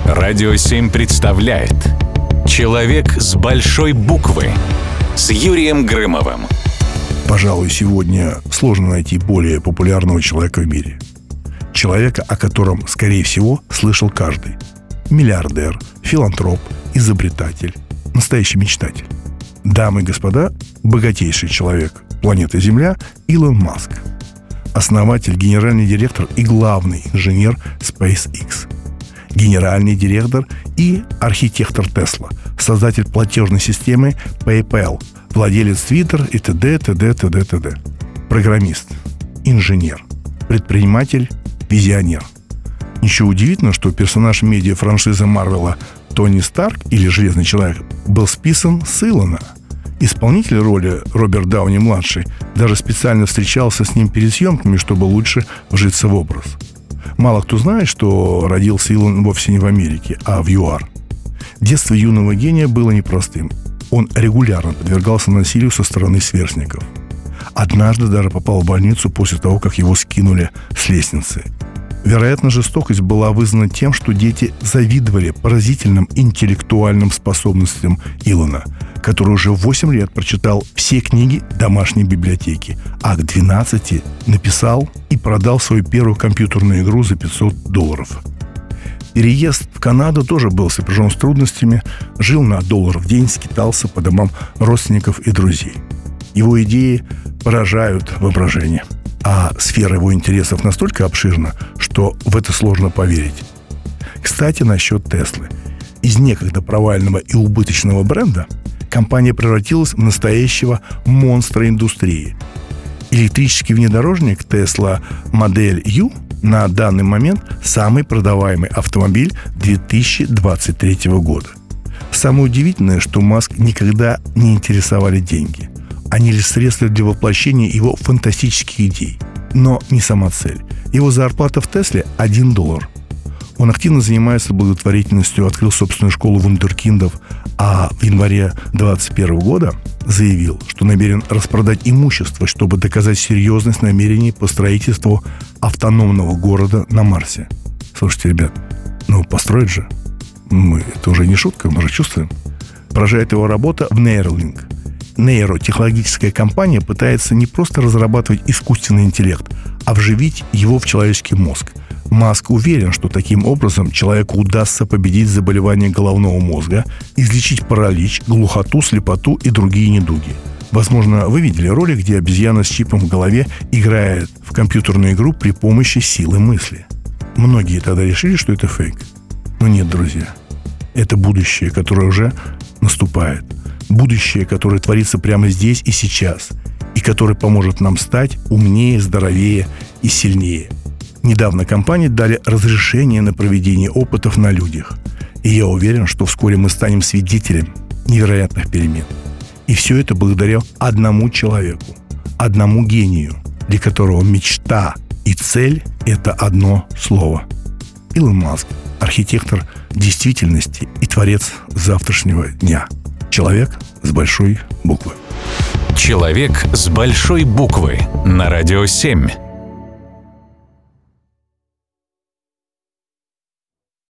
Радио 7 представляет «Человек с большой буквы» с Юрием Грымовым. Пожалуй, сегодня сложно найти более популярного человека в мире. Человека, о котором, скорее всего, слышал каждый. Миллиардер, филантроп, изобретатель, настоящий мечтатель. Дамы и господа, богатейший человек планеты Земля Илон Маск. Основатель, генеральный директор и главный инженер SpaceX. Генеральный директор и архитектор Tesla. Создатель платежной системы PayPal. Владелец Twitter и т.д. Программист, инженер, предприниматель, визионер. Ничего удивительного, что персонаж медиа-франшизы Марвела Тони Старк или Железный человек был списан с Илона. Исполнитель роли Роберт Дауни-младший даже специально встречался с ним перед съемками, чтобы лучше вжиться в образ. Мало кто знает, что родился Илон вовсе не в Америке, а в ЮАР. Детство юного гения было непростым. Он регулярно подвергался насилию со стороны сверстников. Однажды даже попал в больницу после того, как его скинули с лестницы. Вероятно, жестокость была вызвана тем, что дети завидовали поразительным интеллектуальным способностям Илона, который уже в 8 лет прочитал все книги домашней библиотеки, а к 12 написал и продал свою первую компьютерную игру за $500. Переезд в Канаду тоже был сопряжен с трудностями. Жил на $1 в день, скитался по домам родственников и друзей. Его идеи поражают воображение. А сфера его интересов настолько обширна, что в это сложно поверить. Кстати, насчет Теслы. Из некогда провального и убыточного бренда компания превратилась в настоящего монстра индустрии. Электрический внедорожник Tesla Model U на данный момент самый продаваемый автомобиль 2023 года. Самое удивительное, что Маск никогда не интересовали деньги. Они лишь средства для воплощения его фантастических идей. Но не сама цель. Его зарплата в Тесле $1. Он активно занимается благотворительностью, открыл собственную школу вундеркиндов, а в январе 2021 года заявил, что намерен распродать имущество, чтобы доказать серьезность намерений по строительству автономного города на Марсе. Слушайте, ребят, построить же. Это уже не шутка, мы же чувствуем. Поражает его работа в Neuralink. Нейротехнологическая компания пытается не просто разрабатывать искусственный интеллект, а вживить его в человеческий мозг. Маск уверен, что таким образом человеку удастся победить заболевания головного мозга, излечить паралич, глухоту, слепоту и другие недуги. Возможно, вы видели ролик, где обезьяна с чипом в голове играет в компьютерную игру при помощи силы мысли. Многие тогда решили, что это фейк. Но нет, друзья. Это будущее, которое уже наступает. Будущее, которое творится прямо здесь и сейчас, и которое поможет нам стать умнее, здоровее и сильнее. Недавно компании дали разрешение на проведение опытов на людях. И я уверен, что вскоре мы станем свидетелем невероятных перемен. И все это благодаря одному человеку, одному гению, для которого мечта и цель – это одно слово. Илон Маск, архитектор действительности и творец завтрашнего дня. Человек с большой буквы. Человек с большой буквы на Радио 7.